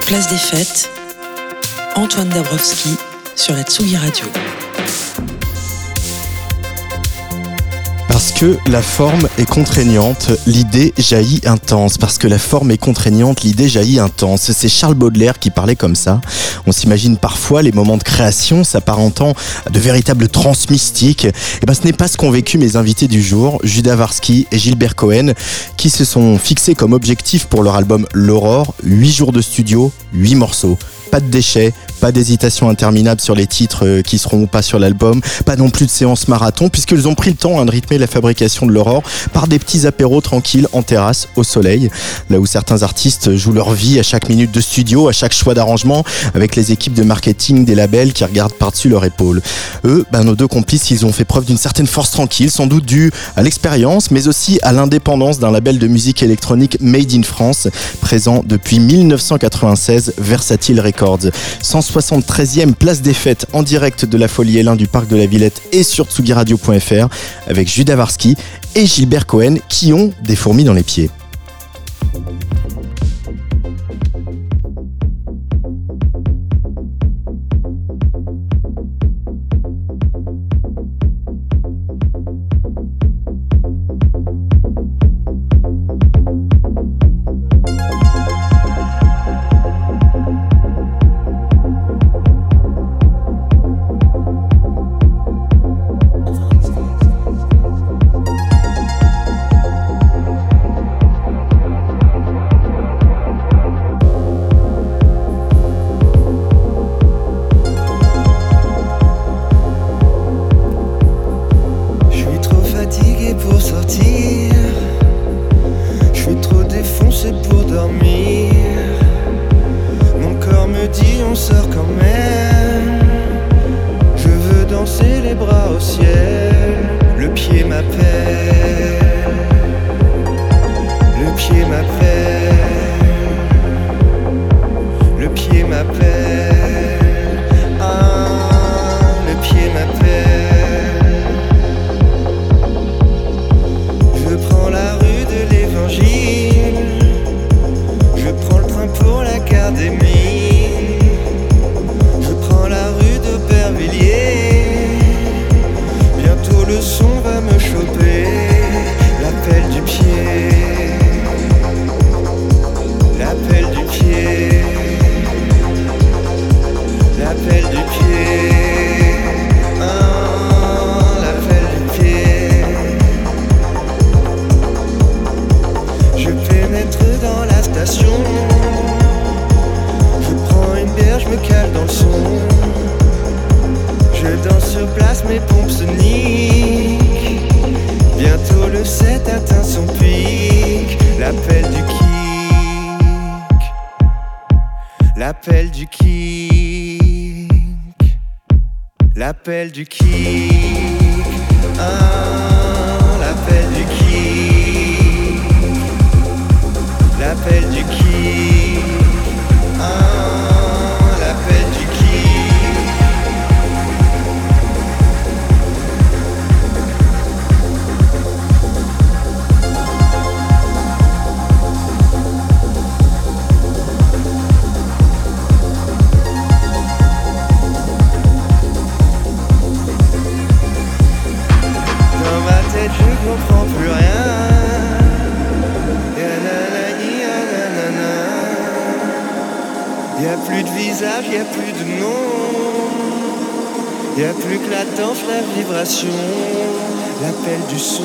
Place des Fêtes, Antoine Dabrowski sur la Tsugi Radio. Parce que la forme est contraignante, l'idée jaillit intense. Parce que la forme est contraignante, l'idée jaillit intense. C'est Charles Baudelaire qui parlait comme ça. On s'imagine parfois les moments de création s'apparentant à de véritables transes mystiques. Et ben, ce n'est pas ce qu'ont vécu mes invités du jour, Judah Warski et Gilbert Cohen, qui se sont fixés comme objectif pour leur album L'Aurore, 8 jours de studio, 8 morceaux. Pas de déchets, pas d'hésitation interminable sur les titres qui seront ou pas sur l'album, pas non plus de séance marathon, puisqu'ils ont pris le temps de rythmer la fabrication de l'Aurore par des petits apéros tranquilles en terrasse, au soleil, là où certains artistes jouent leur vie à chaque minute de studio, à chaque choix d'arrangement, avec les équipes de marketing des labels qui regardent par-dessus leur épaule. Eux, nos deux complices, ils ont fait preuve d'une certaine force tranquille, sans doute due à l'expérience, mais aussi à l'indépendance d'un label de musique électronique Made in France, présent depuis 1996, Versatile Records. 173e place des fêtes en direct de la Folie Hélin du Parc de la Villette et sur tsugiradio.fr avec Judah Warski et Gilbert Cohen qui ont des fourmis dans les pieds. L'appel du kick, l'appel du kick, l'appel du kick, l'appel du je comprends plus rien. Y'a plus de visage, y'a plus de nom. Y'a plus que la danse, la vibration, l'appel du son.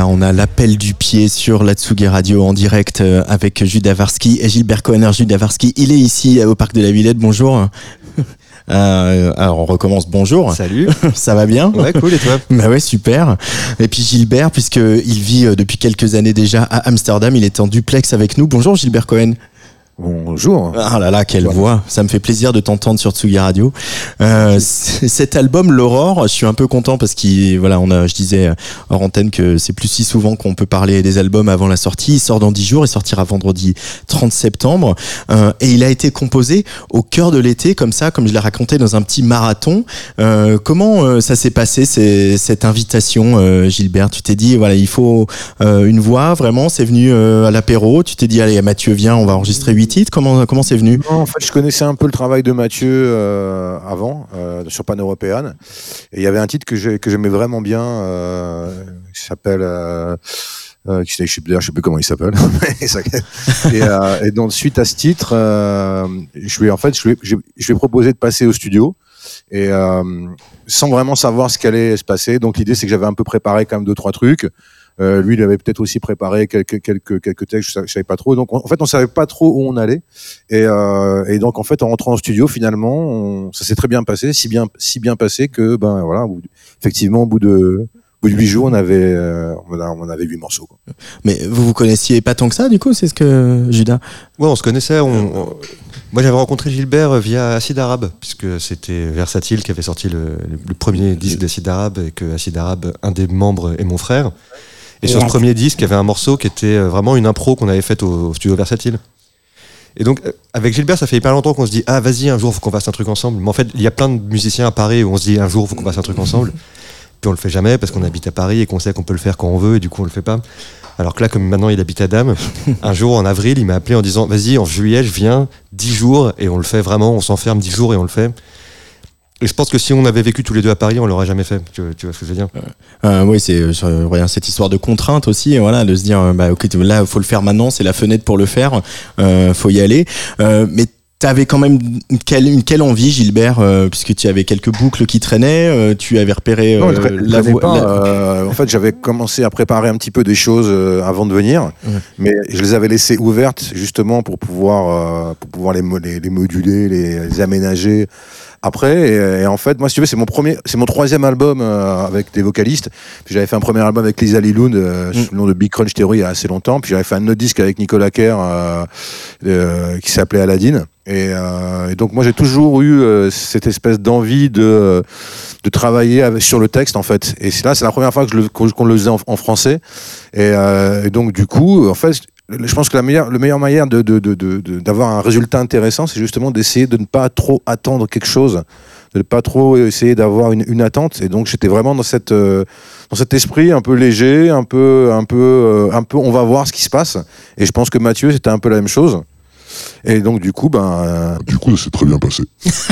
on a l'appel du pied sur la Tsugi Radio en direct avec Jules Davarski et Gilbert Cohen. Jules Davarski, il est ici au Parc de la Villette. Bonjour. Alors on recommence, bonjour. Salut. Ça va bien? Ouais, cool, et toi? Bah ouais, super. Et puis Gilbert, puisqu'il vit depuis quelques années déjà à Amsterdam, il est en duplex avec nous. Bonjour Gilbert Cohen. Bonjour. Ah là là, quelle voix. Ça me fait plaisir de t'entendre sur Tsugi Radio. Cet album, l'Aurore, je suis un peu content parce je disais hors antenne que c'est plus si souvent qu'on peut parler des albums avant la sortie. Il sort dans 10 jours, il sortira vendredi 30 septembre. Et il a été composé au cœur de l'été, comme ça, comme je l'ai raconté dans un petit marathon. Comment ça s'est passé, cette invitation, Gilbert? Tu t'es dit, voilà, il faut une voix, vraiment, c'est venu à l'apéro. Tu t'es dit, allez, Mathieu, viens, on va enregistrer 8 titres. Comment c'est venu? En fait, je connaissais un peu le travail de Mathieu avant, sur Pan European. Et il y avait un titre que j'aimais vraiment bien, qui s'appelle... je sais plus comment il s'appelle. Et donc, suite à ce titre, je lui ai proposé de passer au studio. Et sans vraiment savoir ce qu'allait se passer. Donc, l'idée, c'est que j'avais un peu préparé quand même 2-3 trucs. Lui, il avait peut-être aussi préparé quelques textes, je savais pas trop. Donc, en fait, on savait pas trop où on allait. Et donc, en fait, en rentrant au studio, finalement, ça s'est très bien passé, si bien passé que, effectivement, au bout de 8 jours, on avait 8 morceaux, quoi. Mais vous connaissiez pas tant que ça, du coup, c'est ce que Judas? Ouais, on se connaissait. Moi, j'avais rencontré Gilbert via Acide Arabe, puisque c'était Versatile qui avait sorti le premier disque d'Acide Arabe, et que Acide Arabe, un des membres, est mon frère. Et sur ce premier disque, il y avait un morceau qui était vraiment une impro qu'on avait faite au studio Versatile. Et donc, avec Gilbert, ça fait hyper longtemps qu'on se dit, ah, vas-y, un jour, faut qu'on fasse un truc ensemble. Mais en fait, il y a plein de musiciens à Paris où on se dit, un jour, faut qu'on fasse un truc ensemble. Puis on le fait jamais parce qu'on habite à Paris et qu'on sait qu'on peut le faire quand on veut, et du coup, on le fait pas. Alors que là, comme maintenant il habite à Dame, un jour en avril, il m'a appelé en disant, vas-y, en juillet, je viens 10 jours et on le fait vraiment, on s'enferme 10 jours et on le fait. Et je pense que si on avait vécu tous les deux à Paris, on l'aurait jamais fait. Tu vois ce que je veux dire? Oui, c'est cette histoire de contrainte aussi, voilà, de se dire, ok, là, faut le faire maintenant, c'est la fenêtre pour le faire, faut y aller. Mais t'avais quand même quelle envie, Gilbert, puisque tu avais quelques boucles qui traînaient, tu avais repéré la voix. En fait, j'avais commencé à préparer un petit peu des choses avant de venir, mais je les avais laissées ouvertes justement pour pouvoir les moduler, les aménager. Après, et en fait, moi, si tu veux, c'est mon troisième album avec des vocalistes. Puis j'avais fait un premier album avec Lisa Lilund sous le nom de Big Crunch Theory il y a assez longtemps. Puis j'avais fait un autre disque avec Nicolas Kerr qui s'appelait Aladdin. Et donc moi, j'ai toujours eu cette espèce d'envie de travailler sur le texte, en fait. Et là, c'est la première fois qu'on le faisait en français. Et donc du coup, en fait, je pense que le meilleur manière d'avoir un résultat intéressant, c'est justement d'essayer de ne pas trop attendre quelque chose, de ne pas trop essayer d'avoir une attente. Et donc j'étais vraiment dans cet esprit un peu léger, un peu, on va voir ce qui se passe. Et je pense que Mathieu, c'était un peu la même chose. Et donc du coup, c'est très bien passé.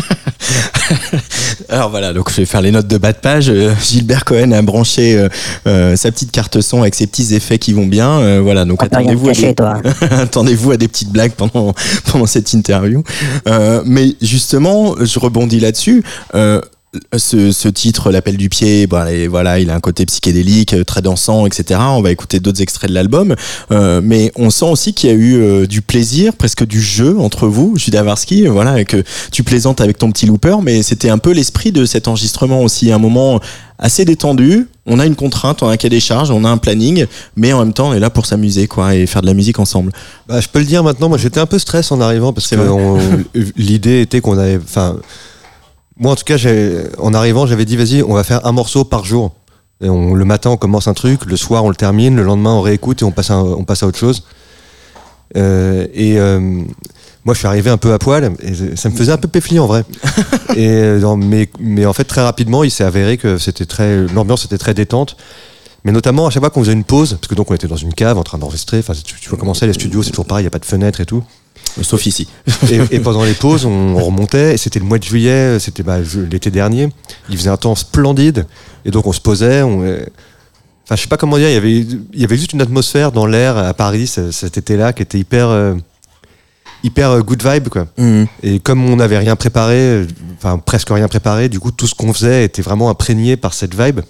Alors voilà, donc je vais faire les notes de bas de page. Gilbert Cohen a branché sa petite carte son avec ses petits effets qui vont bien. Voilà, donc attendez-vous à des petites blagues pendant cette interview. Mais justement, je rebondis là-dessus. Ce titre, L'appel du pied, voilà, il a un côté psychédélique, très dansant, etc. On va écouter d'autres extraits de l'album, mais on sent aussi qu'il y a eu du plaisir, presque du jeu entre vous, Jules Davarski, voilà, et que tu plaisantes avec ton petit looper, mais c'était un peu l'esprit de cet enregistrement aussi, un moment assez détendu. On a une contrainte, on a un cahier des charges, on a un planning, mais en même temps, on est là pour s'amuser, quoi, et faire de la musique ensemble. Je peux le dire maintenant. Moi, j'étais un peu stress en arrivant parce que l'idée était qu'on avait, moi, en tout cas, en arrivant, j'avais dit, vas-y, on va faire un morceau par jour. Et le matin, on commence un truc, le soir, on le termine, le lendemain, on réécoute et on passe à autre chose. Moi, je suis arrivé un peu à poil et ça me faisait un peu péfli en vrai. Mais en fait, très rapidement, il s'est avéré que l'ambiance était très détente. Mais notamment, à chaque fois qu'on faisait une pause, parce que donc on était dans une cave en train d'enregistrer, tu vois comment c'est, les studios, c'est toujours pareil, il n'y a pas de fenêtre et tout. Sauf ici. et pendant les pauses, on remontait, et c'était le mois de juillet, c'était l'été dernier, il faisait un temps splendide, et donc on se posait, je sais pas comment dire, il y avait juste une atmosphère dans l'air à Paris cet été-là qui était hyper good vibe, quoi. Et comme on n'avait rien préparé, presque rien préparé, du coup tout ce qu'on faisait était vraiment imprégné par cette vibe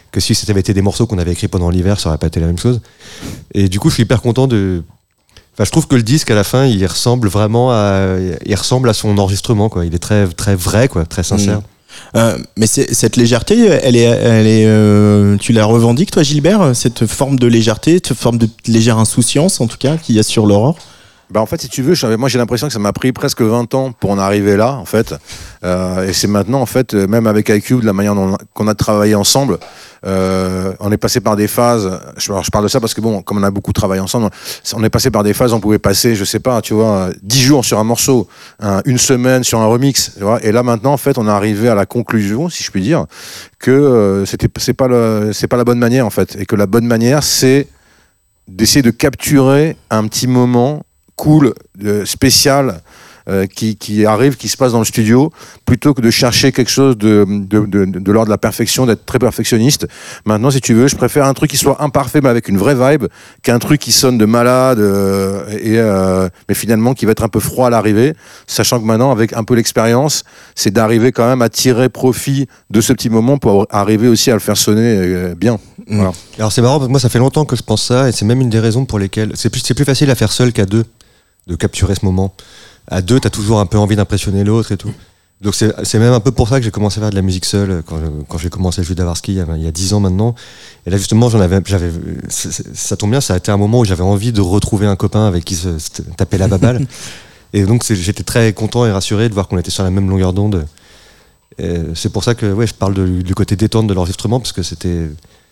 que si ça avait été des morceaux qu'on avait écrits pendant l'hiver, ça aurait pas été la même chose. Et du coup, je suis hyper content de. Enfin, je trouve que le disque à la fin, il ressemble à son enregistrement, quoi. Il est très, très vrai, quoi, très sincère. Mais cette légèreté, elle est, tu la revendiques, toi, Gilbert, cette forme de légèreté, cette forme de légère insouciance, en tout cas, qu'il y a sur l'Aurore? Bah en fait, si tu veux, moi j'ai l'impression que ça m'a pris presque 20 ans pour en arriver là, en fait. Et c'est maintenant, en fait, même avec iCube, de la manière qu'on a travaillé ensemble, on est passé par des phases. Je parle de ça parce que bon, comme on a beaucoup travaillé ensemble, on est passé par des phases. On pouvait passer, je sais pas, tu vois, 10 jours sur un morceau, une semaine sur un remix, tu vois. Et là maintenant, en fait, on est arrivé à la conclusion, si je puis dire, que c'est pas la bonne manière, en fait, et que la bonne manière, c'est d'essayer de capturer un petit moment cool, spécial, qui arrive, qui se passe dans le studio, plutôt que de chercher quelque chose de l'ordre de la perfection, d'être très perfectionniste. Maintenant, si tu veux, je préfère un truc qui soit imparfait, mais avec une vraie vibe, qu'un truc qui sonne de malade, mais finalement qui va être un peu froid à l'arrivée, sachant que maintenant, avec un peu l'expérience, c'est d'arriver quand même à tirer profit de ce petit moment pour arriver aussi à le faire sonner bien. Voilà. Alors c'est marrant, parce que moi ça fait longtemps que je pense ça, et c'est même une des raisons pour lesquelles c'est plus facile à faire seul qu'à deux, de capturer ce moment. À deux, t'as toujours un peu envie d'impressionner l'autre et tout. Donc c'est même un peu pour ça que j'ai commencé à faire de la musique seule quand j'ai commencé à jouer d'Avarski il y a 10 ans maintenant. Et là justement, ça tombe bien, ça a été un moment où j'avais envie de retrouver un copain avec qui se taper la baballe. Et donc j'étais très content et rassuré de voir qu'on était sur la même longueur d'onde. Et c'est pour ça que je parle du côté détente de l'enregistrement, parce que c'était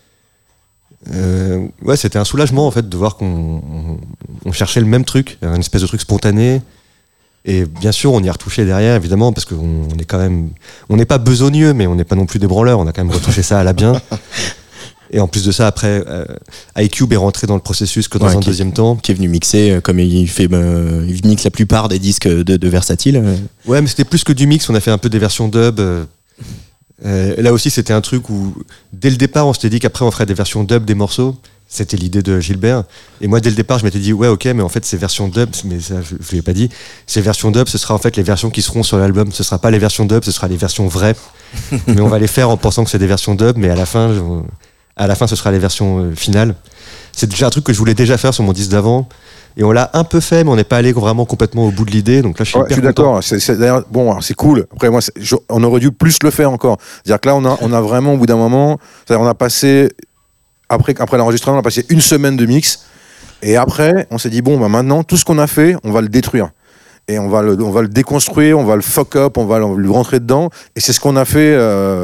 un soulagement en fait de voir qu'on cherchait le même truc, une espèce de truc spontané. Et bien sûr, on y a retouché derrière, évidemment, parce qu'on est quand même, on n'est pas besogneux, mais on n'est pas non plus des branleurs. On a quand même retouché ça à la bien. Et en plus de ça, après, iCube est rentré dans le processus que dans un deuxième temps. Qui est venu mixer, comme il mixe la plupart des disques de Versatile. Ouais, mais c'était plus que du mix. On a fait un peu des versions dub. Là aussi, c'était un truc où, dès le départ, on s'était dit qu'après, on ferait des versions dub des morceaux. C'était l'idée de Gilbert. Et moi, dès le départ, je m'étais dit, ouais, ok, mais en fait, ces versions dub, mais ça, je ne l'ai pas dit, ces versions dub, ce sera en fait les versions qui seront sur l'album. Ce ne sera pas les versions dub, ce sera les versions vraies. Mais on va les faire en pensant que c'est des versions dub, mais à la fin, ce sera les versions finales. C'est déjà un truc que je voulais déjà faire sur mon disque d'avant. Et on l'a un peu fait, mais on n'est pas allé vraiment complètement au bout de l'idée. Donc là, je suis hyper d'accord. D'ailleurs, bon, c'est cool. Après, moi, on aurait dû plus le faire encore. C'est-à-dire que là, on a vraiment, au bout d'un moment, on a passé... Après l'enregistrement, on a passé une semaine de mix. Et après, on s'est dit, bon, maintenant, tout ce qu'on a fait, on va le détruire. Et on va le déconstruire, on va le fuck up, on va lui rentrer dedans. Et c'est ce qu'on a fait.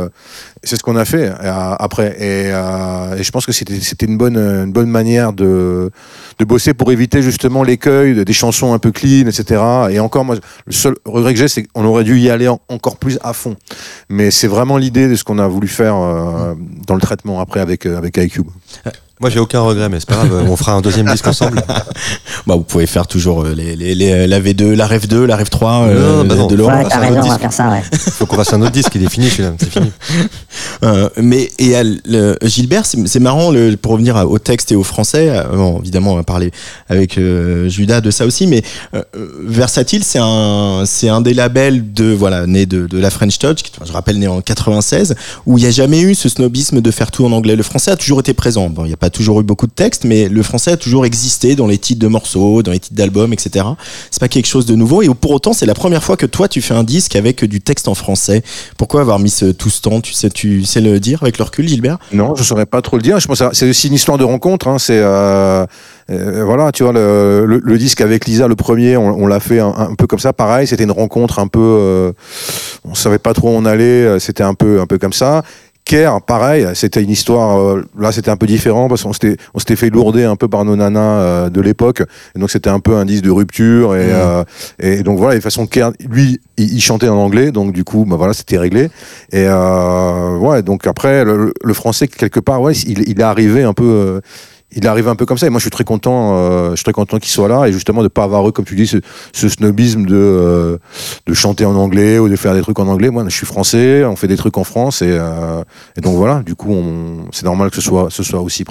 Après. Et je pense que c'était une bonne manière de bosser pour éviter justement l'écueil des chansons un peu clean, etc. Et encore, moi, le seul regret que j'ai, c'est qu'on aurait dû y aller encore plus à fond. Mais c'est vraiment l'idée de ce qu'on a voulu faire dans le traitement après avec iCube. Moi, j'ai aucun regret, mais c'est pas grave, on fera un deuxième disque ensemble. Bah, vous pouvez faire toujours la V2, la Rev 2, la Rev 3 de Laurent. Ouais, t'as raison, on va faire ça, ouais. Faut qu'on fasse un autre disque, il est fini celui-là, c'est fini. Gilbert, c'est marrant, pour revenir au texte et au français, bon, évidemment, on va parler avec Judas de ça aussi, mais Versatile, c'est un des labels né de la French Touch, qui, je rappelle, né en 96, où il n'y a jamais eu ce snobisme de faire tout en anglais. Le français a toujours été présent. Bon, il n'y a pas toujours eu beaucoup de textes, mais le français a toujours existé dans les titres de morceaux, dans les titres d'albums, etc. C'est pas quelque chose de nouveau, et pour autant, c'est la première fois que toi, tu fais un disque avec du texte en français. Pourquoi avoir mis tout ce temps? Tu sais le dire avec le recul, Gilbert? Non, je saurais pas trop le dire. Je pense que c'est aussi une histoire de rencontre. Hein. C'est voilà, tu vois, le disque avec Lisa, le premier, on l'a fait un peu comme ça. Pareil, c'était une rencontre un peu. On savait pas trop où on allait. C'était un peu comme ça. Care, pareil, c'était une histoire. Là, c'était un peu différent parce qu'on s'était fait lourder un peu par nos nanas de l'époque. Et donc, c'était un peu un disque de rupture. Et donc voilà, de toute façon, Care, lui, il chantait en anglais. Donc du coup, bah voilà, c'était réglé. Et ouais, donc après, le français quelque part, ouais, il est arrivé un peu. Il arrive un peu comme ça, et moi je suis très content qu'il soit là, et justement de pas avoir comme tu dis ce snobisme de chanter en anglais ou de faire des trucs en anglais. Moi je suis français, on fait des trucs en France, et donc voilà, du coup c'est normal que ce soit aussi présent.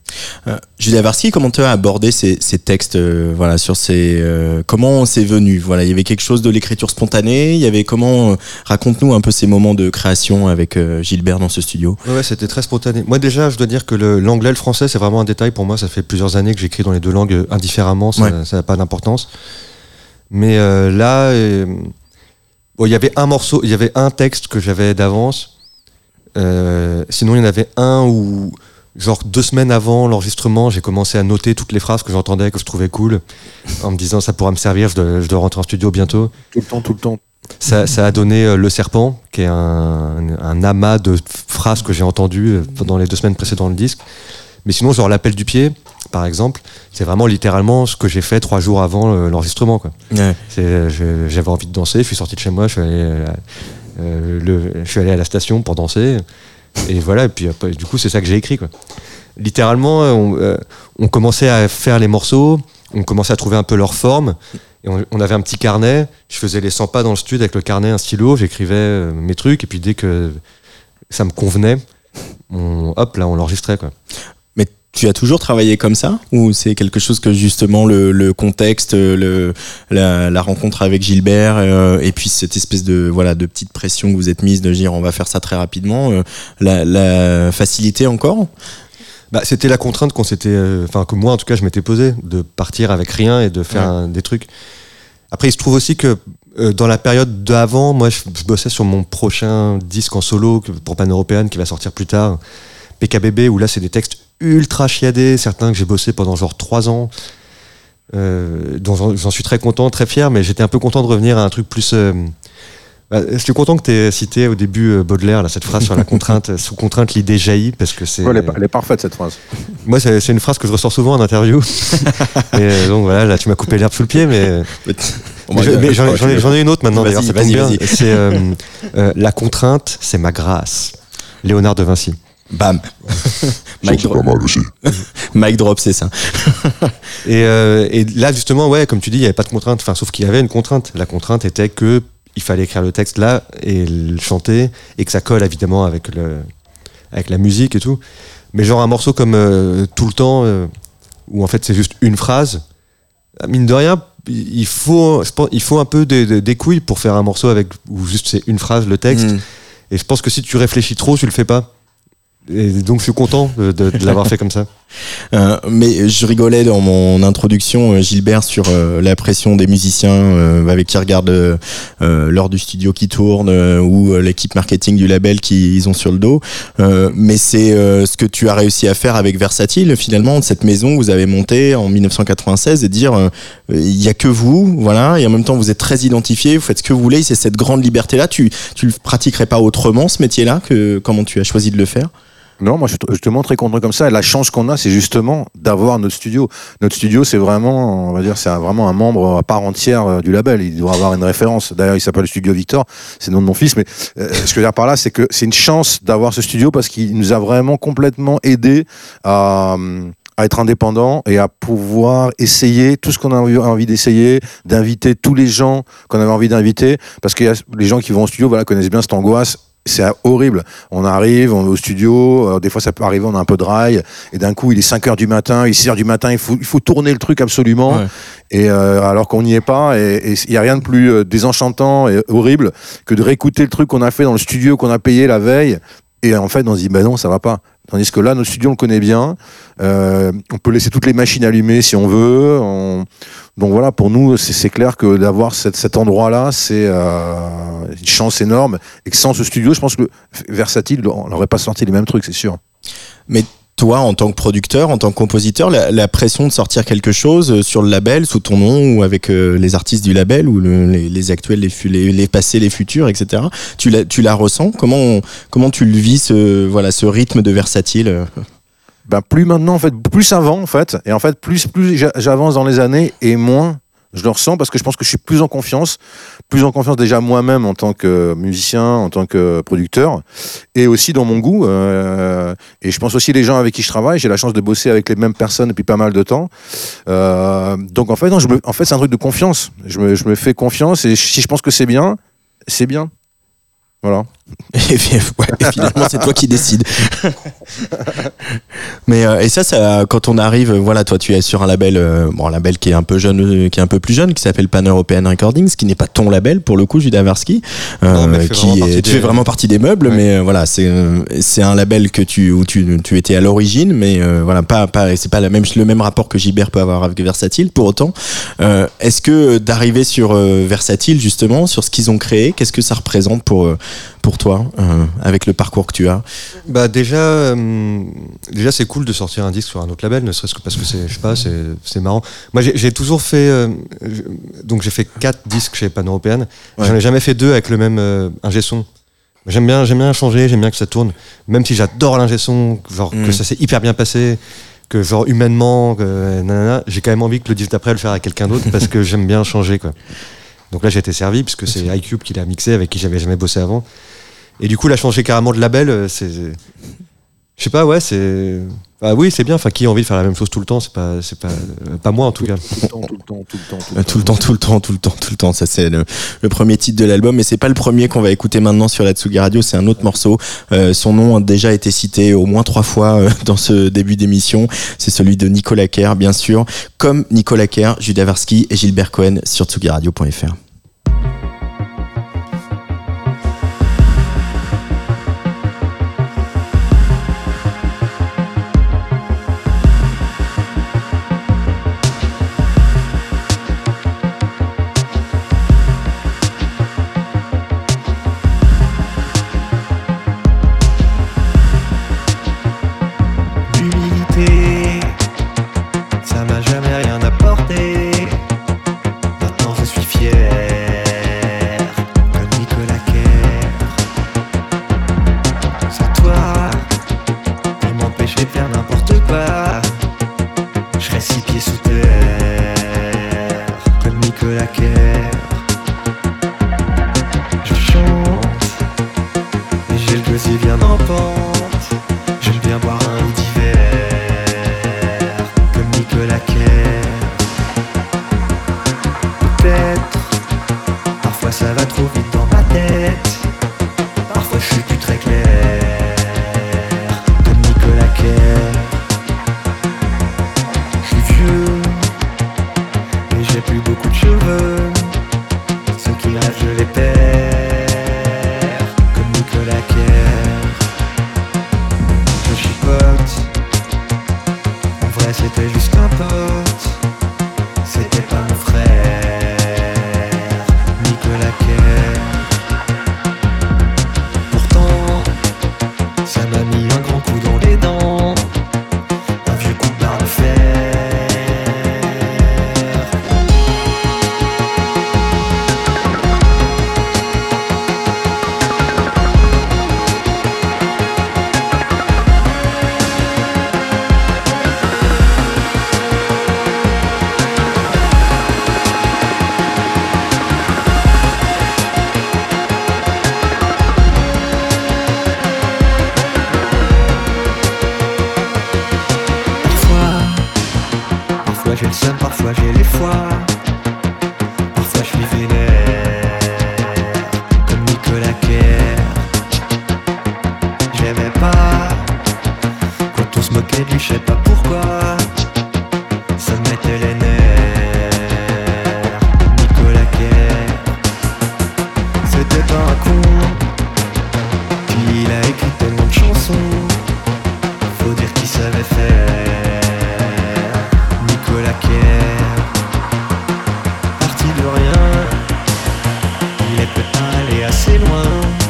Julia Varski, comment tu as abordé ces textes, voilà, sur comment c'est venu, voilà, il y avait quelque chose de l'écriture spontanée, il y avait raconte-nous un peu ces moments de création avec Gilbert dans ce studio. Ouais, c'était très spontané. Moi déjà, je dois dire que l'anglais et le français, c'est vraiment un détail pour moi. Ça fait plusieurs années que j'écris dans les deux langues indifféremment, ça n'a pas d'importance. Mais là, il y avait un morceau, il y avait un texte que j'avais d'avance. Sinon, il y en avait un où, genre 2 semaines avant l'enregistrement, j'ai commencé à noter toutes les phrases que j'entendais, que je trouvais cool, en me disant ça pourra me servir, je dois rentrer en studio bientôt. Tout le temps. Ça a donné Le Serpent, qui est un amas de phrases que j'ai entendues pendant les 2 semaines précédant le disque. Mais sinon, genre L'Appel du Pied, par exemple, c'est vraiment littéralement ce que j'ai fait 3 jours avant l'enregistrement, quoi. Ouais. J'avais envie de danser, je suis sorti de chez moi, je suis allé à la station pour danser. Et voilà, et puis après, du coup, c'est ça que j'ai écrit, quoi. Littéralement, on commençait à faire les morceaux, on commençait à trouver un peu leur forme, et on avait un petit carnet, je faisais les 100 pas dans le studio avec le carnet, un stylo, j'écrivais mes trucs, et puis dès que ça me convenait, on l'enregistrait, quoi. Mais tu as toujours travaillé comme ça, ou c'est quelque chose que justement le contexte, la rencontre avec Gilbert, et puis cette espèce de petite pression que vous êtes mise de dire on va faire ça très rapidement, la facilité encore? C'était la contrainte que moi en tout cas je m'étais posée, de partir avec rien et de faire des trucs. Après il se trouve aussi que dans la période d'avant, moi je bossais sur mon prochain disque en solo pour Pan-Européenne qui va sortir plus tard, PKBB, où là c'est des textes ultra chiadés, certains que j'ai bossé pendant genre 3 ans, dont j'en suis très content, très fier, mais j'étais un peu content de revenir à un truc plus... je suis content que tu aies cité au début Baudelaire, là, cette phrase sur la contrainte, sous contrainte l'idée jaillit, parce que c'est... Ouais, elle est parfaite cette phrase. Moi c'est une phrase que je ressors souvent en interview, et donc voilà, là tu m'as coupé l'herbe sous le pied, mais j'en ai une autre maintenant, d'ailleurs, ça tombe bien. C'est la contrainte, c'est ma grâce. Léonard de Vinci. Bam. Mic drop. Pas mal aussi. Mic drop, c'est ça. Et là, justement, comme tu dis, il n'y avait pas de contrainte. Enfin, sauf qu'il y avait une contrainte. La contrainte était que il fallait écrire le texte là et le chanter, et que ça colle évidemment avec la musique et tout. Mais genre un morceau comme Tout le temps, où en fait c'est juste une phrase, mine de rien, il faut un peu des couilles pour faire un morceau où juste c'est une phrase, le texte. Et je pense que si tu réfléchis trop, tu le fais pas. Et donc je suis content de l'avoir fait comme ça. Mais je rigolais dans mon introduction, Gilbert, sur la pression des musiciens avec qui regardent l'heure du studio qui tourne, ou l'équipe marketing du label qu'ils ont sur le dos. Mais c'est ce que tu as réussi à faire avec Versatile, finalement, cette maison que vous avez montée en 1996, et dire il y a que vous, voilà, et en même temps vous êtes très identifié, vous faites ce que vous voulez, c'est cette grande liberté-là. Tu le pratiquerais pas autrement, ce métier-là, comment tu as choisi de le faire? Non, moi je suis justement très content comme ça. Et la chance qu'on a, c'est justement d'avoir notre studio. Notre studio, c'est vraiment, on va dire, c'est vraiment un membre à part entière du label. Il doit avoir une référence. D'ailleurs, il s'appelle Studio Victor, c'est le nom de mon fils. Mais ce que je veux dire par là, c'est que c'est une chance d'avoir ce studio, parce qu'il nous a vraiment complètement aidé à être indépendant et à pouvoir essayer tout ce qu'on a envie d'essayer, d'inviter tous les gens qu'on avait envie d'inviter, parce que les gens qui vont au studio, connaissent bien cette angoisse. C'est horrible. On arrive, on est au studio, des fois ça peut arriver, on a un peu de rail, et d'un coup il est 5h du matin, il est 6h du matin, il faut tourner le truc absolument, ouais. Et alors qu'on n'y est pas, et il n'y a rien de plus désenchantant et horrible que de réécouter le truc qu'on a fait dans le studio, qu'on a payé la veille, et en fait on se dit non, ça va pas. Tandis que là, notre studio, on le connaît bien, on peut laisser toutes les machines allumées si on veut, donc voilà, pour nous, c'est clair que d'avoir cet endroit-là, c'est une chance énorme, et que sans ce studio, je pense que Versatile, on n'aurait pas sorti les mêmes trucs, c'est sûr. Mais toi, en tant que producteur, en tant que compositeur, la pression de sortir quelque chose sur le label, sous ton nom, ou avec les artistes du label, ou les actuels, les passés, les futurs, etc., tu la ressens? Comment tu le vis, ce rythme de Versatile? Plus maintenant, en fait, plus avant, en fait, et en fait, plus j'avance dans les années, et moins je le ressens, parce que je pense que je suis plus en confiance déjà moi-même en tant que musicien, en tant que producteur, et aussi dans mon goût, et je pense aussi les gens avec qui je travaille, j'ai la chance de bosser avec les mêmes personnes depuis pas mal de temps, donc en fait, non, c'est un truc de confiance, je me fais confiance, et si je pense que c'est bien, voilà. Et finalement, c'est toi qui décides. Mais et ça, quand on arrive, voilà, toi, tu es sur un label, un label qui est un peu jeune, qui est un peu plus jeune, qui s'appelle Pan European Recordings, qui n'est pas ton label pour le coup, Judas Varsky, tu fais vraiment partie des meubles, ouais. Mais voilà, c'est un label où tu étais à l'origine, mais voilà, c'est pas le même rapport que Gilbert peut avoir avec Versatile. Pour autant, est-ce que d'arriver sur Versatile, justement, sur ce qu'ils ont créé, qu'est-ce que ça représente pour toi, avec le parcours que tu as? Bah déjà c'est cool de sortir un disque sur un autre label, ne serait-ce que parce que c'est marrant. Moi j'ai toujours fait donc j'ai fait 4 disques chez Pan European. Ouais. J'en ai jamais fait 2 avec le même ingé son. J'aime bien changer, j'aime bien que ça tourne, même si j'adore l'ingé son, genre que ça s'est hyper bien passé, que genre humainement j'ai quand même envie que le disque d'après le faire avec quelqu'un d'autre parce que j'aime bien changer, quoi. Donc là j'ai été servi puisque c'est iCube qui l'a mixé, avec qui j'avais jamais bossé avant. Et du coup, là, changer carrément de label, je sais pas, ouais, c'est. Ah oui, c'est bien. Enfin, qui a envie de faire la même chose tout le temps, c'est pas moi en tout cas. Tout le temps. Ça, c'est le premier titre de l'album, mais c'est pas le premier qu'on va écouter maintenant sur la Tsugi Radio. C'est un autre morceau. Son nom a déjà été cité au moins 3 fois dans ce début d'émission. C'est celui de Nicolas Kerr, bien sûr. Comme Nicolas Kerr, Judas Varsky et Gilbert Cohen sur tsugiradio.fr.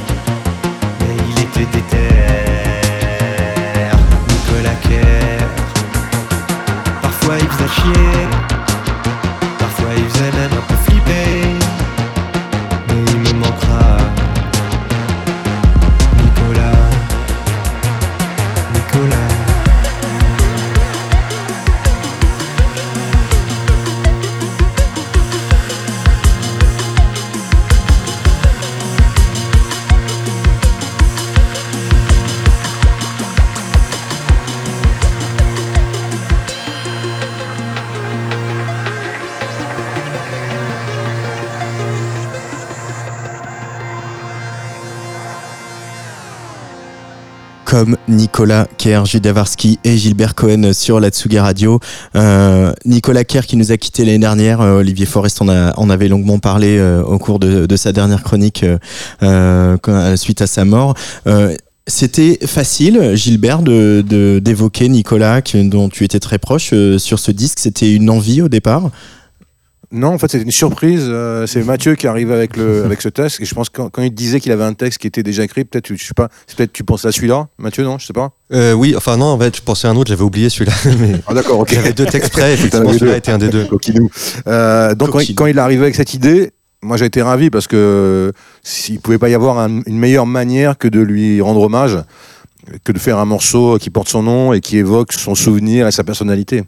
Nicolas Kerr, comme Nicolas Kerr, Jules Davarski et Gilbert Cohen sur la Tsugi Radio. Nicolas Kerr qui nous a quitté l'année dernière. Olivier Forest en avait longuement parlé au cours de sa dernière chronique suite à sa mort. C'était facile, Gilbert, d'évoquer Nicolas, dont tu étais très proche sur ce disque. C'était une envie au départ? Non, en fait, c'était une surprise. C'est Mathieu qui arrive avec ce texte. Et je pense que quand il disait qu'il avait un texte qui était déjà écrit, peut-être, je sais pas, peut-être tu pensais à celui-là, Mathieu, non? Je sais pas. Oui, enfin non, en fait, je pensais à un autre, j'avais oublié celui-là. Mais ah d'accord, ok. J'avais 2 textes prêts, effectivement, celui-là était un des 2. Coquinou. Donc quand il est arrivé avec cette idée, moi j'ai été ravi parce que s'il pouvait pas y avoir une meilleure manière que de lui rendre hommage, que de faire un morceau qui porte son nom et qui évoque son souvenir et sa personnalité.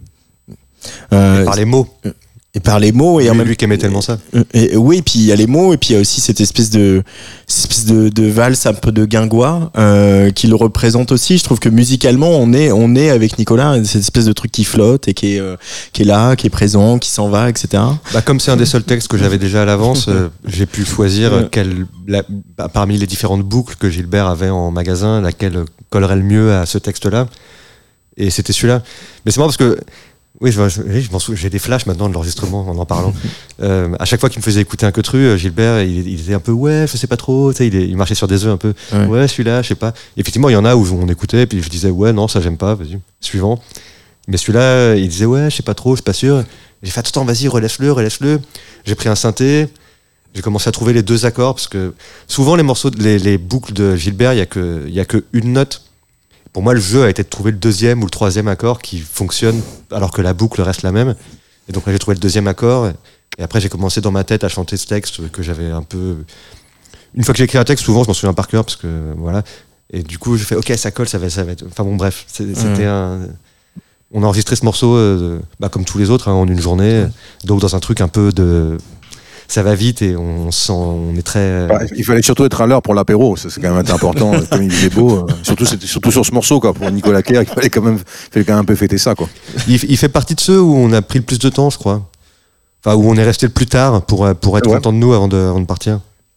Et par les mots. Et par les mots, et en même lui qui aimait tellement ça. Oui, puis il y a les mots, et puis il y a aussi cette espèce de valse un peu de guingois qui le représente aussi. Je trouve que musicalement, on est avec Nicolas, cette espèce de truc qui flotte et qui est là, qui est présent, qui s'en va, etc. Comme c'est un des seuls textes que j'avais déjà à l'avance, j'ai pu choisir parmi les différentes boucles que Gilbert avait en magasin, laquelle collerait le mieux à ce texte-là. Et c'était celui-là. Mais c'est marrant parce que oui, j'ai des flashs maintenant de l'enregistrement en parlant. À chaque fois qu'il me faisait écouter un Queutru, Gilbert, il était un peu ouais, je sais pas trop, tu sais, il marchait sur des œufs un peu. Ouais, celui-là, je sais pas. Et effectivement, il y en a où on écoutait, puis je disais ouais, non, ça j'aime pas, vas-y, suivant. Mais celui-là, il disait ouais, je sais pas trop, je suis pas sûr. J'ai fait attends, vas-y, relève-le. J'ai pris un synthé, j'ai commencé à trouver les 2 accords parce que souvent les morceaux, les boucles de Gilbert, il y a que une note. Pour moi, le jeu a été de trouver le 2e ou le 3e accord qui fonctionne alors que la boucle reste la même. Et donc là, j'ai trouvé le 2e accord. Et après, j'ai commencé dans ma tête à chanter ce texte que j'avais un peu... Une fois que j'ai écrit un texte, souvent, je m'en souviens par cœur parce que voilà. Et du coup, j'ai fait OK, ça colle, ça va être... Enfin bon, bref, c'était un... On a enregistré ce morceau comme tous les autres en une journée. Donc dans un truc un peu de... Ça va vite et on est très... il fallait surtout être à l'heure pour l'apéro, c'est quand même important, comme il est beau, surtout sur ce morceau, quoi, pour Nicolas Kerr, il fallait quand même un peu fêter ça, quoi. Il fait partie de ceux où on a pris le plus de temps, je crois. Enfin, où on est resté le plus tard pour être content de nous avant de partir.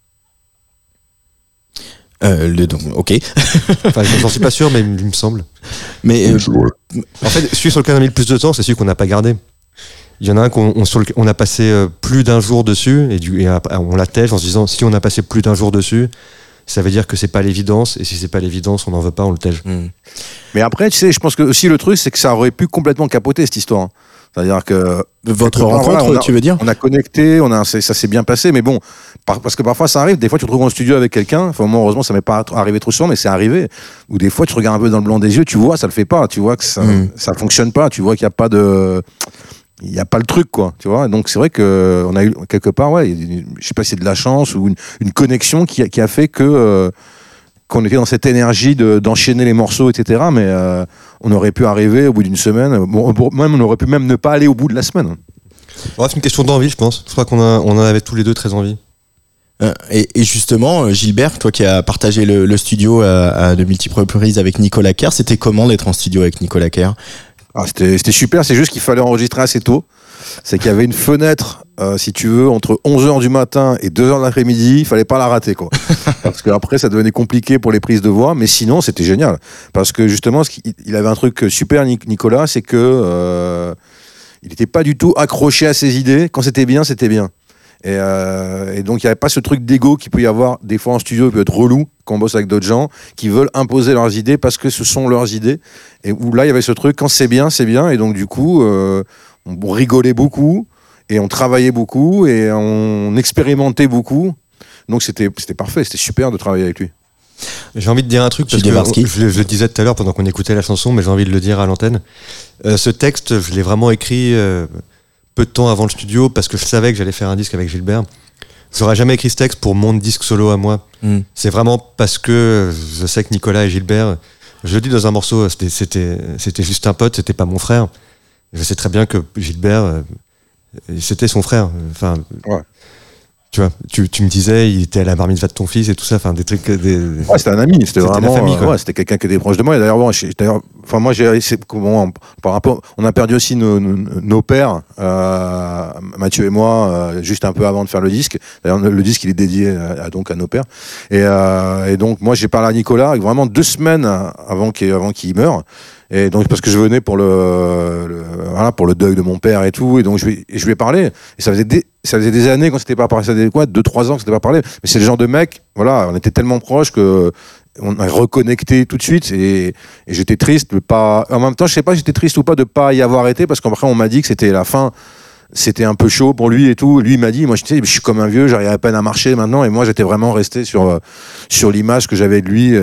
Ok. Enfin, j'en suis pas sûr, mais il me semble. Mais en fait, celui sur lequel on a mis le plus de temps, c'est celui qu'on n'a pas gardé. Il y en a un sur lequel on a passé plus d'un jour dessus et on l'attège en se disant si on a passé plus d'un jour dessus, ça veut dire que c'est pas l'évidence, et si c'est pas l'évidence, on n'en veut pas, on le tège. Mais après, tu sais, je pense que aussi le truc, c'est que ça aurait pu complètement capoter cette histoire. C'est-à-dire que votre rencontre, tu veux dire? On a connecté, ça s'est bien passé, mais bon, parce que parfois ça arrive, des fois tu te retrouves en studio avec quelqu'un, enfin moi heureusement ça m'est pas arrivé trop souvent, mais c'est arrivé, où des fois tu regardes un peu dans le blanc des yeux, tu vois, ça le fait pas, tu vois que ça fonctionne pas, tu vois qu'il y a pas de... Il n'y a pas le truc, quoi, tu vois. Donc c'est vrai qu'on a eu quelque part, je sais pas si c'est de la chance ou une connexion qui a fait qu'on était dans cette énergie d'enchaîner les morceaux, etc. Mais on aurait pu arriver au bout d'une semaine, on aurait pu même ne pas aller au bout de la semaine. Ouais, c'est une question d'envie, je pense. Je crois qu'on en avait tous les 2 très envie. Et justement, Gilbert, toi qui as partagé le studio à de multiples reprises avec Nicolas Kerr, c'était comment d'être en studio avec Nicolas Kerr? C'était super, c'est juste qu'il fallait enregistrer assez tôt. C'est qu'il y avait une fenêtre, si tu veux, entre 11h du matin et 2h de l'après-midi, il fallait pas la rater, quoi. Parce qu'après, ça devenait compliqué pour les prises de voix, mais sinon, c'était génial. Parce que justement, il avait un truc super, Nicolas, c'est que il n'était pas du tout accroché à ses idées. Quand c'était bien, c'était bien. Et donc il n'y avait pas ce truc d'ego qui peut y avoir des fois en studio, il peut être relou quand on bosse avec d'autres gens qui veulent imposer leurs idées parce que ce sont leurs idées, et où là il y avait ce truc, quand c'est bien, et donc du coup on rigolait beaucoup et on travaillait beaucoup et on expérimentait beaucoup, donc c'était parfait, c'était super de travailler avec lui. J'ai envie de dire un truc parce que je le disais tout à l'heure pendant qu'on écoutait la chanson, mais j'ai envie de le dire à l'antenne. Ce texte, je l'ai vraiment écrit peu de temps avant le studio, parce que je savais que j'allais faire un disque avec Gilbert. J'aurais jamais écrit ce texte pour mon disque solo à moi. C'est vraiment parce que je sais que Nicolas et Gilbert, je le dis dans un morceau, c'était juste un pote, c'était pas mon frère. Je sais très bien que Gilbert, c'était son frère. Enfin, ouais. Tu vois, tu me disais, il était à la bar mitzvah de ton fils et tout ça, enfin des trucs. Ouais, c'était un ami, c'était vraiment. La famille, c'était quelqu'un qui était proche de moi. Et d'ailleurs, enfin moi par rapport, on a perdu aussi nos pères, Mathieu et moi, juste un peu avant de faire le disque. D'ailleurs le disque il est dédié donc à nos pères. Et donc moi j'ai parlé à Nicolas vraiment 2 semaines avant qu'il meure. Et donc parce que je venais pour pour le deuil de mon père et tout, et donc je lui ai parlé. Et ça faisait des années qu'on s'était pas parlé, ça faisait quoi, 2-3 ans qu'on s'était pas parlé. Mais c'est le genre de mec, voilà, on était tellement proches que on a reconnecté tout de suite. Et j'étais triste de pas. En même temps, je sais pas, j'étais triste ou pas de pas y avoir été, parce qu'après on m'a dit que c'était la fin. C'était un peu chaud pour lui et tout. Lui il m'a dit, moi je suis comme un vieux, j'arrive à peine à marcher maintenant. Et moi j'étais vraiment resté sur l'image que j'avais de lui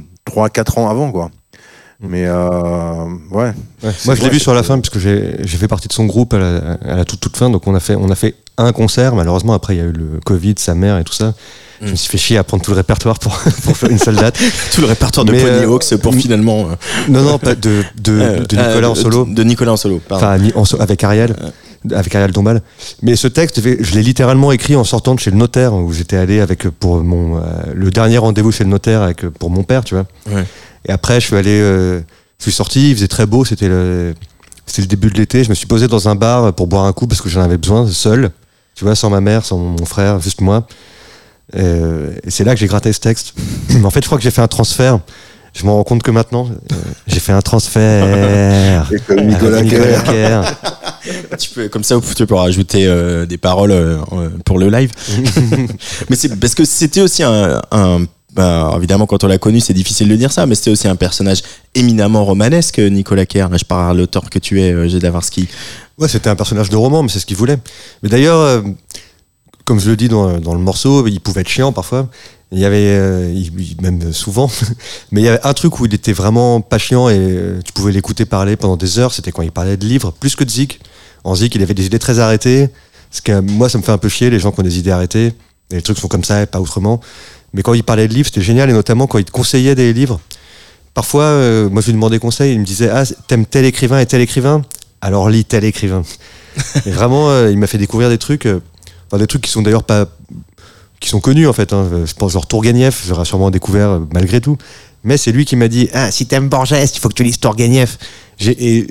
3-4 ans avant, quoi. Mais ouais. Moi je l'ai vu sur la fin, puisque j'ai fait partie de son groupe à la toute fin. Donc on a fait un concert. Malheureusement après il y a eu le Covid, sa mère et tout ça. Je me suis fait chier à prendre tout le répertoire pour faire une seule date. Tout le répertoire de Pony Hawks pour finalement. Non, pas de Nicolas en solo. De Nicolas en solo, pardon. Enfin avec Ariel. Avec Ariel Dombal. Mais ce texte, je l'ai littéralement écrit en sortant de chez le notaire, où j'étais allé pour le dernier rendez-vous chez le notaire pour mon père, tu vois. Ouais. Et après, je suis sorti, il faisait très beau, c'était le début de l'été. Je me suis posé dans un bar pour boire un coup parce que j'en avais besoin, seul, tu vois, sans ma mère, sans mon frère, juste moi. Et c'est là que j'ai gratté ce texte. En fait, je crois que j'ai fait un transfert. Je m'en rends compte que maintenant, j'ai fait un transfert. Et comme Nicolas Kerr. Tu peux, comme ça, tu peux rajouter des paroles pour le live. Mais c'est parce que c'était aussi évidemment, quand on l'a connu, c'est difficile de dire ça, mais c'était aussi un personnage éminemment romanesque, Nicolas Kerr. Je parle à l'auteur que tu es, Jadawarski. Ouais, c'était un personnage de roman, mais c'est ce qu'il voulait. Mais d'ailleurs, comme je le dis dans le morceau, il pouvait être chiant parfois. Il y avait, même souvent, mais il y avait un truc où il était vraiment pas chiant et tu pouvais l'écouter parler pendant des heures, c'était quand il parlait de livres, plus que de Zik. En Zik, il avait des idées très arrêtées, ce que moi, ça me fait un peu chier, les gens qui ont des idées arrêtées, et les trucs sont comme ça et pas autrement. Mais quand il parlait de livres, c'était génial, et notamment quand il te conseillait des livres. Parfois, moi je lui demandais conseil, il me disait « Ah, t'aimes tel écrivain et tel écrivain ? Alors lis tel écrivain. » Et vraiment, il m'a fait découvrir des trucs qui sont d'ailleurs pas... qui sont connus en fait, hein. Je pense genre Tourguenieff, j'aurais sûrement découvert malgré tout. Mais c'est lui qui m'a dit « Ah, si t'aimes Borges, il faut que tu lises Tourguenieff. » Et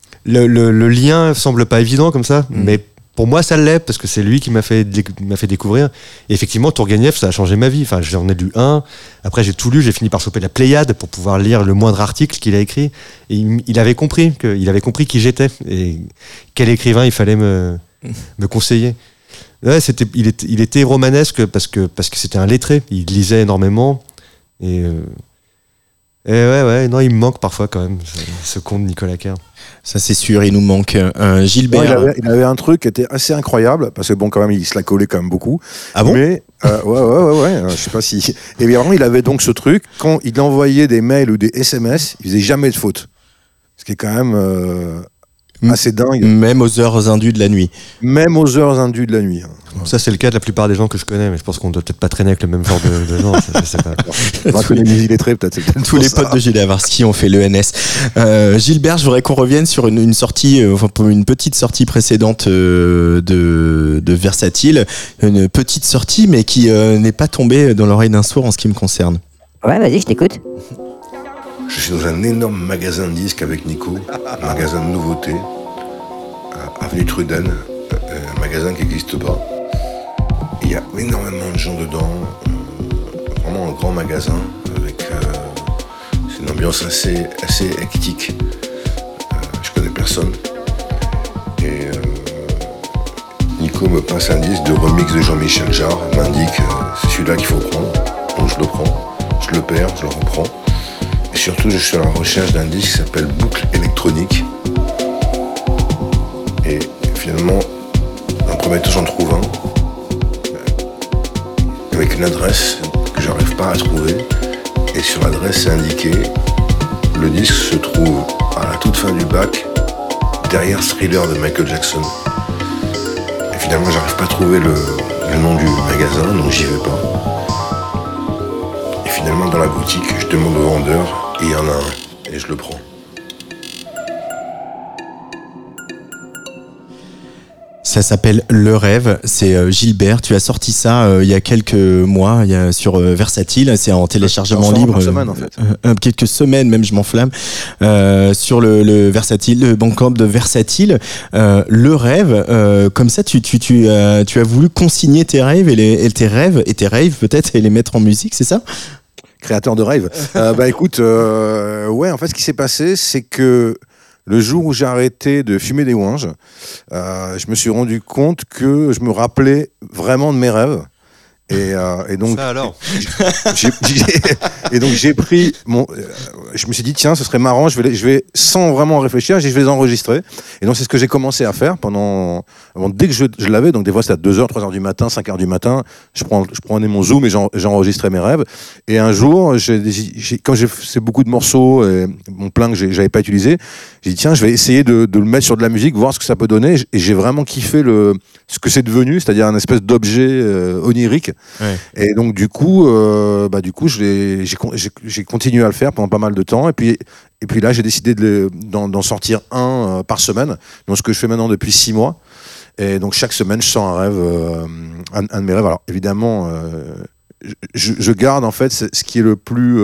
le lien semble pas évident comme ça, mais pour moi ça l'est, parce que c'est lui qui m'a fait découvrir. Et effectivement, Tourguenieff, ça a changé ma vie. Enfin, j'en ai lu un, après j'ai tout lu, j'ai fini par choper la Pléiade pour pouvoir lire le moindre article qu'il a écrit. Et il avait compris qui j'étais et quel écrivain il fallait me conseiller. Ouais, il était romanesque parce que c'était un lettré, il lisait énormément et ouais, non, il me manque parfois quand même ce con de Nicolas Kerr. Ça c'est sûr, il nous manque. Gilbert. Non, il avait un truc qui était assez incroyable, parce que bon, quand même, il se la collait quand même beaucoup. Ah bon? Mais ouais, je sais pas si. Et bien, il avait donc ce truc, quand il envoyait des mails ou des SMS, il faisait jamais de faute. Ce qui est quand même assez dingue. Même aux heures indues de la nuit. Même aux heures indues de la nuit. Ça, c'est le cas de la plupart des gens que je connais, mais je pense qu'on doit peut-être pas traîner avec le même genre de gens. Je sais pas. On connaît les illettrés, peut-être. Tous les potes de Jadawarski ont fait l'ENS. Gilbert, je voudrais qu'on revienne sur une sortie, pour une petite sortie précédente de Versatile. Une petite sortie, mais qui n'est pas tombée dans l'oreille d'un sourd en ce qui me concerne. Ouais, vas-y, je t'écoute. Je suis dans un énorme magasin de disques avec Nico, un magasin de nouveautés, avenue Truden, un magasin qui n'existe pas. Il y a énormément de gens dedans, vraiment un grand magasin avec c'est une ambiance assez hectique. Je connais personne. Et Nico me passe un disque de remix de Jean-Michel Jarre, m'indique c'est celui-là qu'il faut prendre. Donc je le prends, je le perds, je le reprends. Et surtout, je suis à la recherche d'un disque qui s'appelle Boucle électronique. Et finalement, dans le premier temps, j'en trouve un avec une adresse que j'arrive pas à trouver. Et sur l'adresse, c'est indiqué le disque se trouve à la toute fin du bac, derrière Thriller de Michael Jackson. Et finalement, j'arrive pas à trouver le nom du magasin, donc j'y vais pas. Et finalement, dans la boutique, je demande au vendeur, et il y en a un, et je le prends. Ça s'appelle Le Rêve, c'est Gilbert, tu as sorti ça il y a quelques mois, sur Versatile, c'est en téléchargement libre. Semaine, en fait. Quelques semaines même, je m'enflamme, sur le Versatile, le Bandcamp de Versatile. Le Rêve, comme ça tu as voulu consigner tes rêves et tes rêves peut-être et les mettre en musique, c'est ça ? Créateur de rêve. Écoute, ouais, en fait, ce qui s'est passé, c'est que le jour où j'ai arrêté de fumer des ouinges, je me suis rendu compte que je me rappelais vraiment de mes rêves. Et donc, ça alors. J'ai pris je me suis dit tiens, ce serait marrant, je vais sans vraiment réfléchir, je vais les enregistrer. Et donc c'est ce que j'ai commencé à faire dès que je l'avais. Donc des fois c'était à 2h, 3h du matin, 5h du matin, je prenais mon Zoom et j'enregistrais mes rêves. Et un jour, comme j'ai fait beaucoup de morceaux, et mon plein que j'avais pas utilisé, j'ai dit tiens, je vais essayer de le mettre sur de la musique, voir ce que ça peut donner. Et j'ai vraiment kiffé ce que c'est devenu, c'est-à-dire un espèce d'objet onirique. Ouais. Et donc du coup j'ai continué à le faire pendant pas mal de temps, et puis là j'ai décidé d'en sortir un par semaine, donc ce que je fais maintenant depuis 6 mois. Et donc chaque semaine je sors un rêve, un de mes rêves. Alors évidemment je garde en fait ce qui est le plus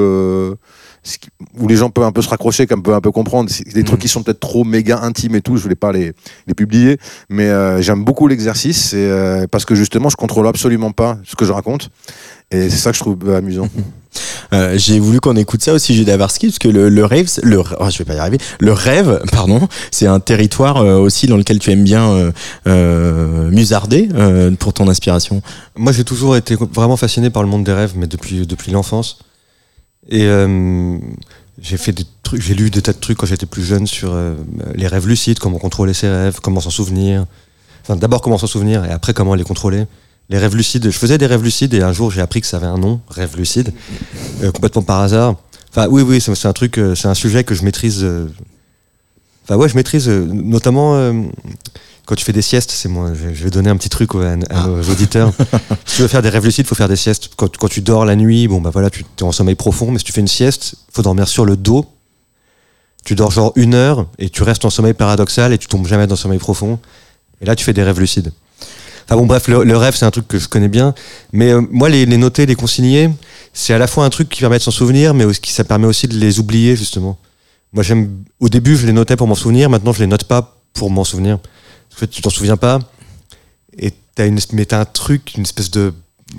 où les gens peuvent un peu se raccrocher, comme peuvent un peu comprendre. C'est des trucs qui sont peut-être trop méga intimes et tout, je voulais pas les publier, mais j'aime beaucoup l'exercice, parce que justement je contrôle absolument pas ce que je raconte, et c'est ça que je trouve amusant. J'ai voulu qu'on écoute ça aussi, Jules Davarski, parce que le rêve, je vais pas y arriver. Le rêve, pardon, c'est un territoire aussi dans lequel tu aimes bien musarder pour ton inspiration. Moi, j'ai toujours été vraiment fasciné par le monde des rêves, mais depuis l'enfance. Et j'ai fait des trucs, j'ai lu des tas de trucs quand j'étais plus jeune sur les rêves lucides, comment contrôler ses rêves, comment s'en souvenir. Enfin, d'abord comment s'en souvenir et après comment les contrôler. Les rêves lucides, je faisais des rêves lucides et un jour j'ai appris que ça avait un nom, rêve lucide, complètement par hasard. Enfin oui, c'est un truc, c'est un sujet que je maîtrise. Enfin ouais, je maîtrise notamment quand tu fais des siestes. C'est moi, je vais donner un petit truc à nos auditeurs. Si tu veux faire des rêves lucides, faut faire des siestes. Quand tu dors la nuit, bon bah voilà, tu es en sommeil profond. Mais si tu fais une sieste, faut dormir sur le dos. Tu dors genre 1 heure et tu restes en sommeil paradoxal et tu tombes jamais dans le sommeil profond. Et là, tu fais des rêves lucides. Enfin bon, bref, le rêve, c'est un truc que je connais bien. Mais moi, les noter, les consigner, c'est à la fois un truc qui permet de s'en souvenir, mais ça permet aussi de les oublier, justement. Moi, au début, je les notais pour m'en souvenir. Maintenant, je les note pas pour m'en souvenir. En fait, tu t'en souviens pas. Et t'as un truc, une espèce de...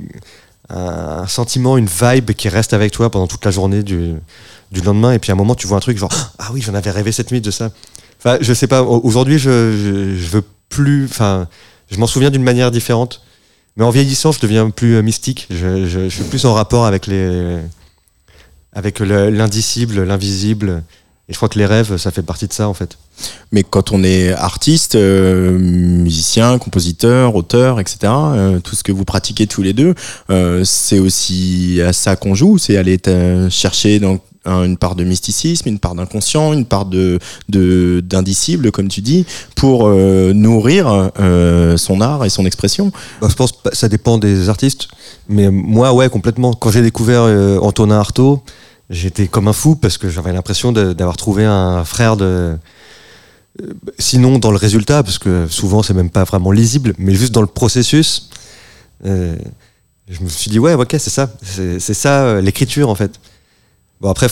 un sentiment, une vibe qui reste avec toi pendant toute la journée du lendemain. Et puis à un moment, tu vois un truc genre, ah oui, j'en avais rêvé cette nuit de ça. Enfin, je sais pas. Aujourd'hui, je veux plus... Enfin... Je m'en souviens d'une manière différente, mais en vieillissant, je deviens plus mystique. Je suis plus en rapport avec l'indicible, l'invisible. Et je crois que les rêves, ça fait partie de ça, en fait. Mais quand on est artiste, musicien, compositeur, auteur, etc., tout ce que vous pratiquez tous les deux, c'est aussi à ça qu'on joue. C'est aller chercher dans une part de mysticisme, une part d'inconscient, une part d'indicible, comme tu dis, pour nourrir son art et son expression. Bah, je pense que ça dépend des artistes, mais moi, ouais, complètement. Quand j'ai découvert Antonin Artaud, j'étais comme un fou parce que j'avais l'impression d'avoir trouvé un frère sinon dans le résultat, parce que souvent c'est même pas vraiment lisible, mais juste dans le processus. Je me suis dit ouais, ok, c'est ça l'écriture en fait. Bon, après,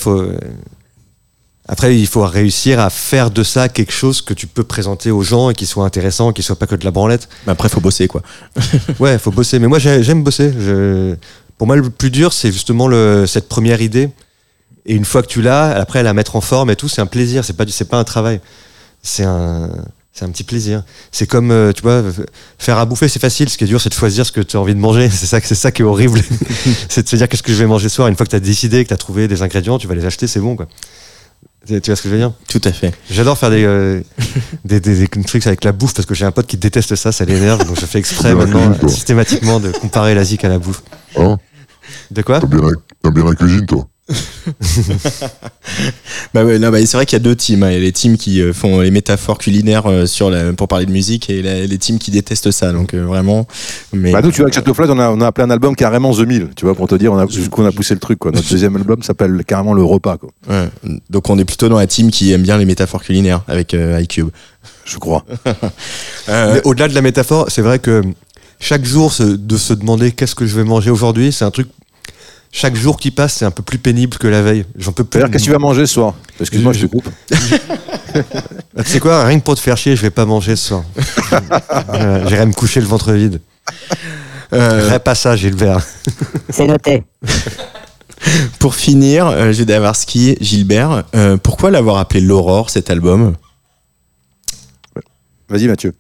il faut réussir à faire de ça quelque chose que tu peux présenter aux gens et qui soit intéressant, qui soit pas que de la branlette. Mais après, faut bosser, quoi. Ouais, faut bosser. Mais moi, j'aime bosser. Pour moi, le plus dur, c'est justement cette première idée. Et une fois que tu l'as, après, la mettre en forme et tout, c'est un plaisir. C'est pas un travail. C'est un petit plaisir. C'est comme, tu vois, faire à bouffer, c'est facile. Ce qui est dur, c'est de choisir ce que tu as envie de manger. C'est ça qui est horrible. C'est de se dire qu'est-ce que je vais manger ce soir. Une fois que tu as décidé, que tu as trouvé des ingrédients, tu vas les acheter, c'est bon, quoi. Tu vois ce que je veux dire ? Tout à fait. J'adore faire des trucs avec la bouffe parce que j'ai un pote qui déteste ça l'énerve. Donc je fais exprès maintenant, systématiquement, de comparer la zik à la bouffe. Hein ? De quoi ? T'aimes bien la cuisine, toi ? Bah ouais, non, bah, c'est vrai qu'il y a deux teams. Il y a les teams qui font les métaphores culinaires pour parler de musique et les teams qui détestent ça. Donc vraiment. Mais... Bah nous, tu vois, avec Chateau Flat, on a appelé un album carrément The Meal. Tu vois, pour te dire, on a poussé le truc. Quoi. Notre deuxième album s'appelle carrément Le Repas. Quoi. Ouais, donc on est plutôt dans la team qui aime bien les métaphores culinaires avec iCube. Je crois. Mais au-delà de la métaphore, c'est vrai que chaque jour, de se demander qu'est-ce que je vais manger aujourd'hui, c'est un truc. Chaque jour qui passe, c'est un peu plus pénible que la veille. J'en peux plus. C'est-à-dire, qu'est-ce que tu vas manger ce soir? Excuse-moi, je te coupe. Tu sais quoi, rien que pour te faire chier, je vais pas manger ce soir. J'irai me coucher le ventre vide. Ferai pas ça, Gilbert. C'est noté. Pour finir, Judavarski, Gilbert, pourquoi l'avoir appelé l'Aurore, cet album? Vas-y, Mathieu.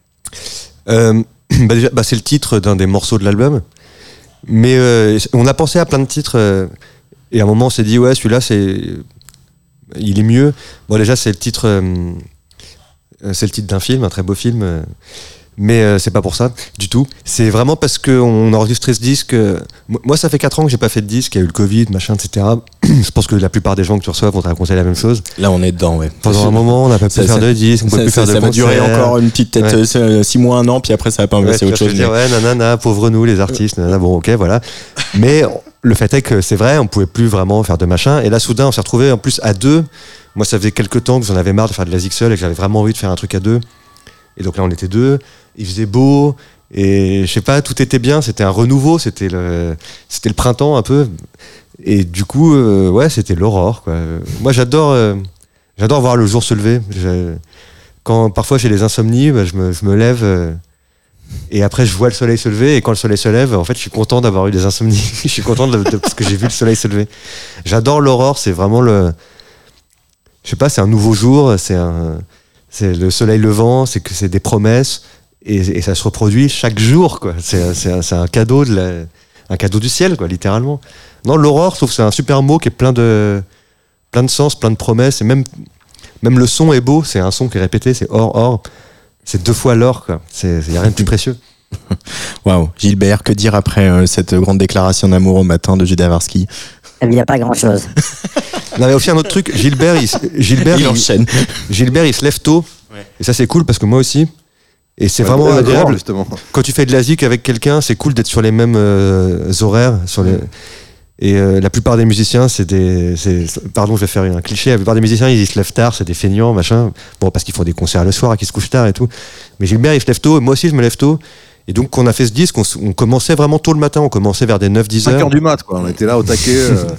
Déjà, c'est le titre d'un des morceaux de l'album. Mais on a pensé à plein de titres et à un moment on s'est dit ouais, celui-là il est mieux. Bon, déjà c'est le titre d'un film, un très beau film, mais c'est pas pour ça du tout. C'est vraiment parce qu'on a enregistré ce disque. Moi ça fait 4 ans que j'ai pas fait de disque, il y a eu le Covid, machin, etc. Je pense que la plupart des gens que tu reçois vont te raconter la même chose. Là on est dedans, ouais. Pendant un moment on n'a pas pu faire de disque, on peut plus faire de ça va concerts. durer encore une petite tête 6 mois, 1 an, puis après ça va pas passer autre chose. Dire, ouais, nanana, pauvres nous les artistes, nanana, bon ok voilà. Mais le fait est que c'est vrai, on pouvait plus vraiment faire de machin. Et là soudain on s'est retrouvés en plus à 2. Moi ça faisait quelques temps que j'en avais marre de faire de la zik seul et que j'avais vraiment envie de faire un truc à 2. Et donc là on était 2, il faisait beau et je sais pas, tout était bien, c'était un renouveau, c'était le printemps un peu. Et du coup ouais, c'était l'aurore quoi. Moi j'adore voir le jour se lever. Quand parfois j'ai des insomnies, bah, je me lève et après je vois le soleil se lever, et quand le soleil se lève, en fait je suis content d'avoir eu des insomnies. Je suis content parce que j'ai vu le soleil se lever. J'adore l'aurore, c'est vraiment je sais pas, c'est un nouveau jour, c'est le soleil levant, c'est des promesses, et ça se reproduit chaque jour, quoi. C'est un cadeau un cadeau du ciel, quoi, littéralement. Non, l'aurore, je trouve que c'est un super mot qui est plein de sens, plein de promesses, et même le son est beau, c'est un son qui est répété, c'est or, c'est 2 fois l'or, quoi. Y a rien de plus précieux. Waouh, Gilbert, que dire après cette grande déclaration d'amour au matin de Judavarski? Il n'y a pas grand-chose. Non, mais aussi un autre truc, Gilbert il enchaîne. Gilbert il se lève tôt, ouais. Et ça c'est cool parce que moi aussi. Et c'est vraiment agréable. Justement. Quand tu fais de la zik avec quelqu'un, c'est cool d'être sur les mêmes horaires. Et la plupart des musiciens, pardon, je vais faire un cliché. La plupart des musiciens, ils se lèvent tard, c'est des feignants, machin. Bon, parce qu'ils font des concerts le soir et qu'ils se couchent tard et tout. Mais Gilbert, il se lève tôt, et moi aussi, je me lève tôt. Et donc, quand on a fait ce disque, on commençait vraiment tôt le matin. On commençait vers des 9-10 heures. 5 heures du mat, quoi. On était là au taquet.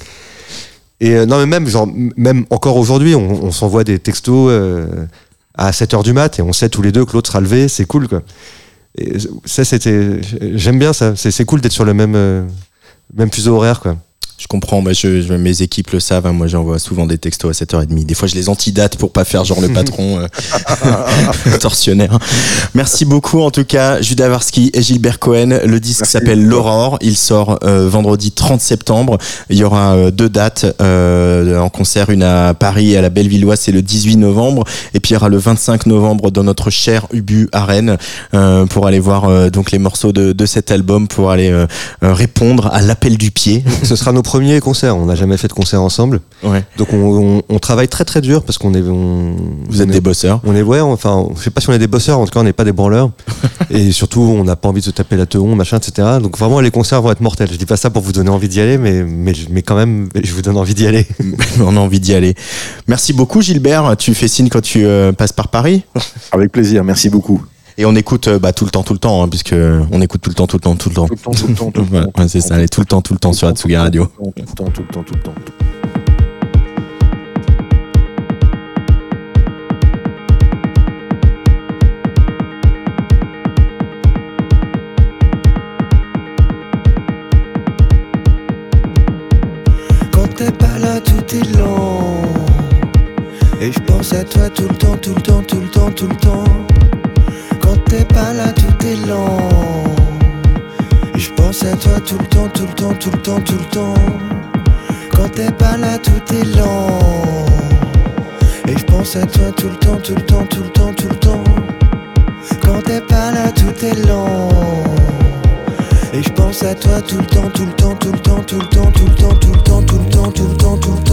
Et non, mais même encore aujourd'hui, on s'envoie des textos à 7h du mat et on sait tous les deux que l'autre sera levé, c'est cool, quoi. Et ça, j'aime bien ça, c'est cool d'être sur le même fuseau horaire, quoi. Je comprends, mes équipes le savent, hein, moi j'envoie souvent des textos à 7h30. Des fois je les antidate pour pas faire genre le patron tortionnaire. Merci beaucoup en tout cas, Judavarski et Gilbert Cohen. Le disque s'appelle L'Aurore, il sort vendredi 30 septembre. Il y aura 2 dates en concert, une à Paris et à la Bellevilloise, c'est le 18 novembre. Et puis il y aura le 25 novembre dans notre cher Ubu à Rennes pour aller voir donc les morceaux de cet album, pour aller répondre à l'appel du pied. Ce sera nos premiers concerts, on n'a jamais fait de concert ensemble. Ouais. Donc on travaille très très dur parce qu'on est. Vous êtes des bosseurs. On est, ouais, enfin, je sais pas si on est des bosseurs, en tout cas on n'est pas des branleurs. Et surtout, on n'a pas envie de se taper la teon, machin, etc. Donc vraiment, les concerts vont être mortels. Je dis pas ça pour vous donner envie d'y aller, mais quand même, je vous donne envie d'y aller. On a envie d'y aller. Merci beaucoup, Gilbert. Tu fais signe quand tu passes par Paris. Avec plaisir, merci beaucoup. Et on écoute tout le temps, hein, puisque on écoute tout le temps. Voilà, ouais, c'est ça, allez, tout le temps sur Atsugi Radio. Tout le temps. Quand t'es pas là, tout est lent. Et je pense à toi tout le temps. Quand t'es pas là, tout est lent. Et je pense à toi tout le temps. Quand t'es pas là, tout est lent. Et je pense à toi tout le temps. Quand t'es pas là, tout est lent. Et je pense à toi tout le temps.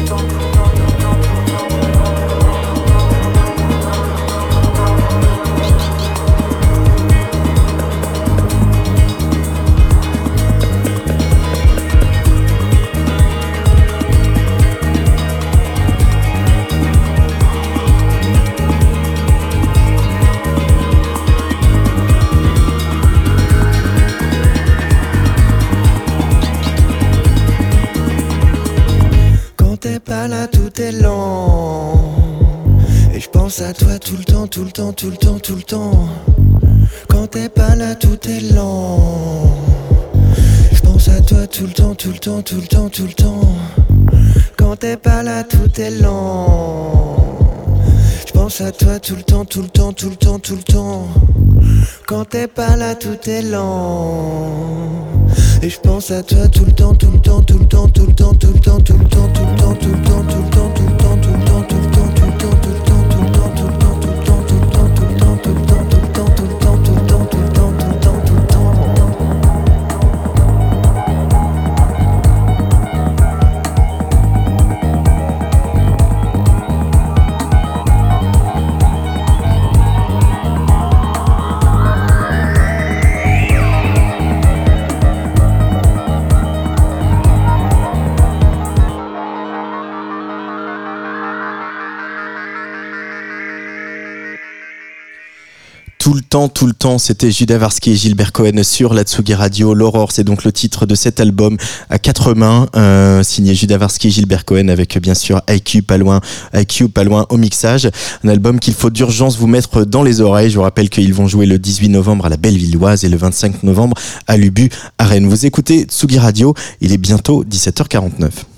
À toi tout le temps, tout le temps, tout le temps, tout le temps. Quand t'es pas là, tout est lent. Je pense à toi tout le temps, tout le temps, tout le temps, tout le temps. Quand t'es pas là, tout est lent. Je pense à toi tout le temps, tout le temps, tout le temps, tout le temps. Quand t'es pas là, tout est lent. Et je pense à toi tout le temps, tout le temps, tout le temps, tout le temps, tout le temps, tout le temps, tout le temps, tout le temps, tout le temps, tout le temps, tout le temps, tout le temps, tout le temps, tout le temps. Tout le temps, c'était Judas Varsky et Gilbert Cohen sur la Tsugi Radio. L'Aurore, c'est donc le titre de cet album à quatre mains, signé Judas Varsky et Gilbert Cohen avec bien sûr IQ pas loin au mixage. Un album qu'il faut d'urgence vous mettre dans les oreilles. Je vous rappelle qu'ils vont jouer le 18 novembre à la Bellevilloise et le 25 novembre à l'Ubu à Rennes. Vous écoutez Tsugi Radio, il est bientôt 17h49.